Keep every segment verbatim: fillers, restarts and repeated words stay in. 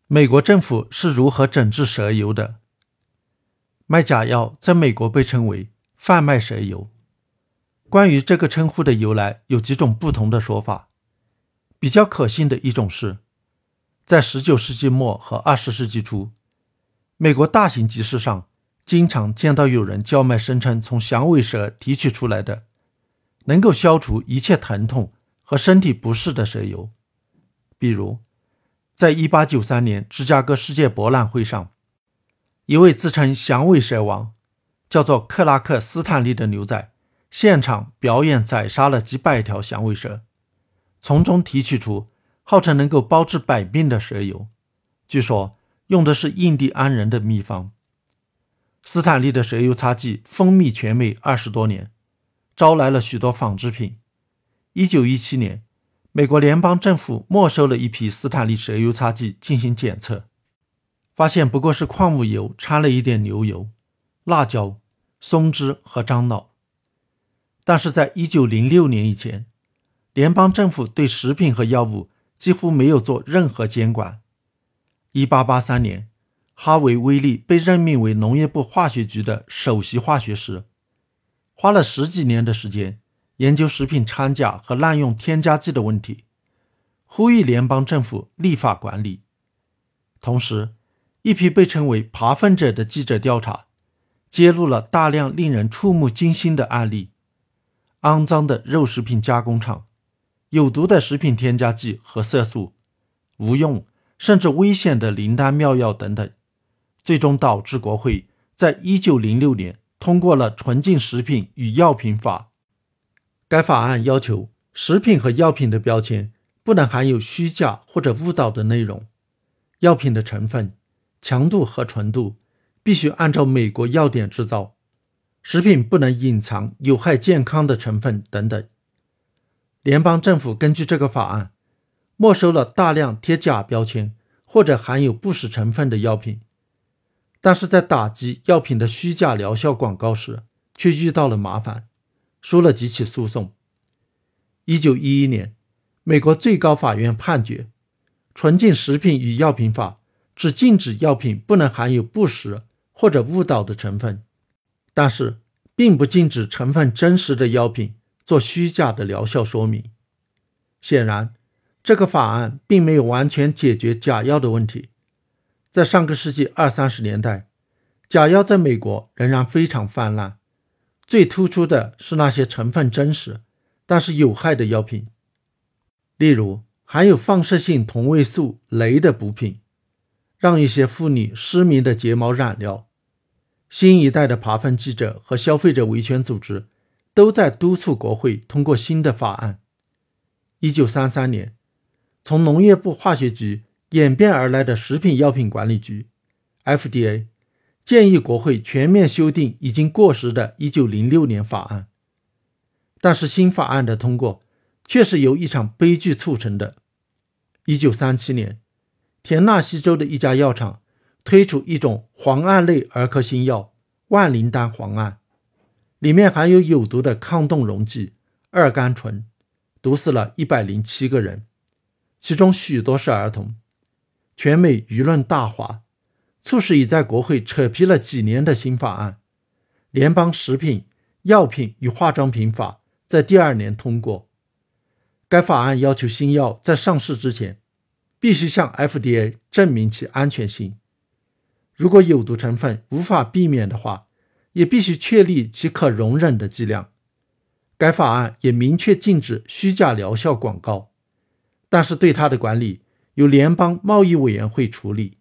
美国政府是如何整治蛇油的？卖假药在美国被称为贩卖蛇油。关于这个称呼的由来，有几种不同的说法。比较可信的一种是，在十九世纪末和二十世纪初，美国大型集市上经常见到有人叫卖声称从响尾蛇提取出来的能够消除一切疼痛和身体不适的蛇油。比如在一八九三年芝加哥世界博览会上，一位自称响尾蛇王叫做克拉克·斯坦利的牛仔现场表演宰杀了几百条响尾蛇，从中提取出号称能够包治百病的蛇油，据说用的是印第安人的秘方。斯坦利的蛇油擦剂风靡全美二十多年，招来了许多仿制品。一九一七年，美国联邦政府没收了一批斯坦利蛇油擦剂进行检测，发现不过是矿物油掺了一点牛油、辣椒、松脂和樟脑。但是在一九零六年以前，联邦政府对食品和药物几乎没有做任何监管。一八八三年，哈维·威利被任命为农业部化学局的首席化学师，花了十几年的时间研究食品掺假和滥用添加剂的问题，呼吁联邦政府立法管理。同时，一批被称为扒粪者的记者调查揭露了大量令人触目惊心的案例：肮脏的肉食品加工厂、有毒的食品添加剂和色素、无用甚至危险的灵丹妙药等等，最终导致国会在一九零六年通过了《纯净食品与药品法》。该法案要求食品和药品的标签不能含有虚假或者误导的内容，药品的成分、强度和纯度必须按照美国药典制造，食品不能隐藏有害健康的成分等等。联邦政府根据这个法案，没收了大量贴假标签或者含有不实成分的药品，但是在打击药品的虚假疗效广告时，却遇到了麻烦，输了几起诉讼。一九一一年，美国最高法院判决，《纯净食品与药品法》只禁止药品不能含有不实或者误导的成分，但是并不禁止成分真实的药品做虚假的疗效说明。显然，这个法案并没有完全解决假药的问题。在上个世纪二三十年代，假药在美国仍然非常泛滥，最突出的是那些成分真实但是有害的药品，例如含有放射性同位素镭的补品，让一些妇女失明的睫毛染料。新一代的扒粪记者和消费者维权组织都在督促国会通过新的法案。一九三三年，从农业部化学局演变而来的食品药品管理局 F D A 建议国会全面修订已经过时的一九零六年法案。但是新法案的通过却是由一场悲剧促成的。一九三七年，田纳西州的一家药厂推出一种磺胺类儿科新药万灵丹磺胺，里面含有有毒的抗冻溶剂二甘醇，毒死了一百零七个人，其中许多是儿童。全美舆论大哗，促使已在国会扯皮了几年的新法案《联邦食品、药品与化妆品法》在第二年通过。该法案要求新药在上市之前必须向 F D A 证明其安全性，如果有毒成分无法避免的话，也必须确立其可容忍的剂量。该法案也明确禁止虚假疗效广告，但是对它的管理由联邦贸易委员会处理。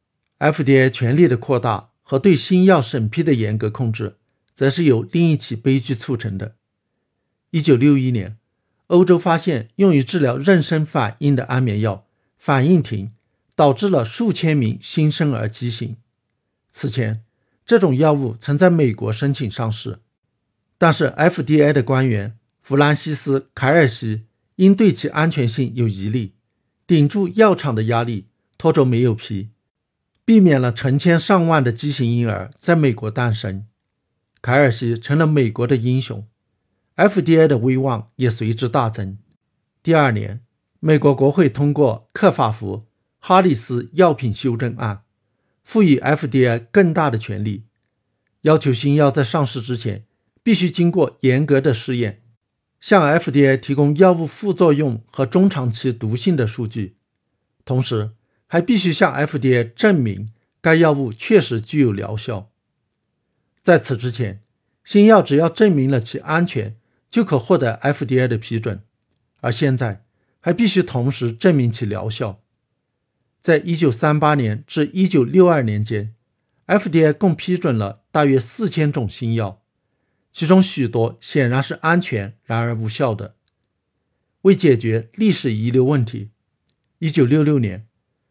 F D A 权力的扩大和对新药审批的严格控制则是由另一起悲剧促成的。一九六一年，欧洲发现用于治疗妊娠反应的安眠药反应停，导致了数千名新生儿畸形。此前，这种药物曾在美国申请上市，但是 F D A 的官员弗兰西斯·凯尔西因对其安全性有疑虑，顶住药厂的压力，拖着没有批，避免了成千上万的畸形婴儿在美国诞生。凯尔西成了美国的英雄， F D A 的威望也随之大增。第二年，美国国会通过克法福哈里斯药品修正案，赋予 F D A 更大的权力，要求新药在上市之前必须经过严格的试验，向 F D A 提供药物副作用和中长期毒性的数据，同时还必须向 F D A 证明该药物确实具有疗效。在此之前，新药只要证明了其安全，就可获得 F D A 的批准，而现在还必须同时证明其疗效。在一九三八年至一九六二年间， F D A 共批准了大约四千种新药，其中许多显然是安全然而无效的。为解决历史遗留问题，一九六六年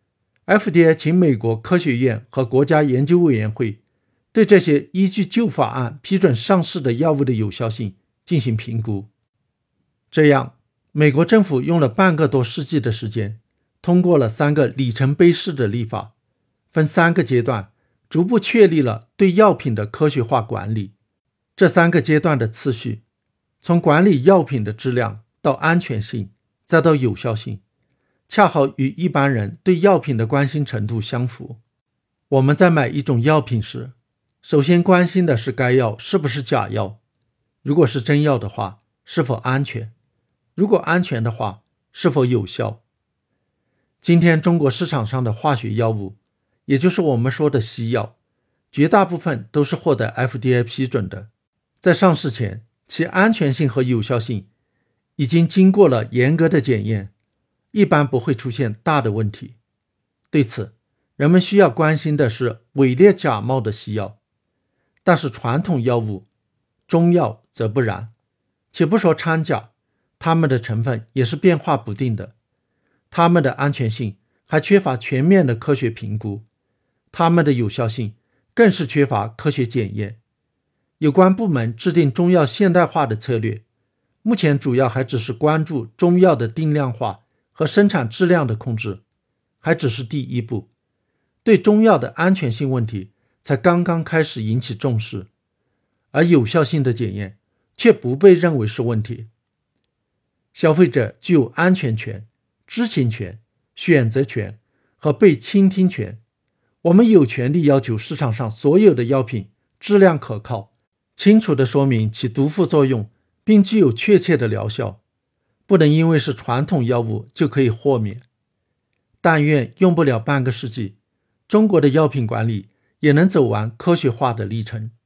F D A 请美国科学院和国家研究委员会对这些依据旧法案批准上市的药物的有效性进行评估。这样，美国政府用了半个多世纪的时间，通过了三个里程碑式的立法，分三个阶段，逐步确立了对药品的科学化管理。这三个阶段的次序，从管理药品的质量到安全性，再到有效性，恰好与一般人对药品的关心程度相符。我们在买一种药品时，首先关心的是该药是不是假药，如果是真药的话，是否安全，如果安全的话，是否有效。今天中国市场上的化学药物，也就是我们说的西药，绝大部分都是获得 F D A 批准的，在上市前，其安全性和有效性已经经过了严格的检验，一般不会出现大的问题。对此，人们需要关心的是伪劣假冒的西药，但是传统药物、中药则不然。且不说掺假，它们的成分也是变化不定的，它们的安全性还缺乏全面的科学评估，它们的有效性更是缺乏科学检验。有关部门制定中药现代化的策略，目前主要还只是关注中药的定量化和生产质量的控制，还只是第一步，对中药的安全性问题才刚刚开始引起重视，而有效性的检验却不被认为是问题。消费者具有安全权、知情权、选择权和被倾听权，我们有权利要求市场上所有的药品质量可靠，清楚地说明其毒副作用，并具有确切的疗效，不能因为是传统药物就可以豁免。但愿用不了半个世纪，中国的药品管理也能走完科学化的历程。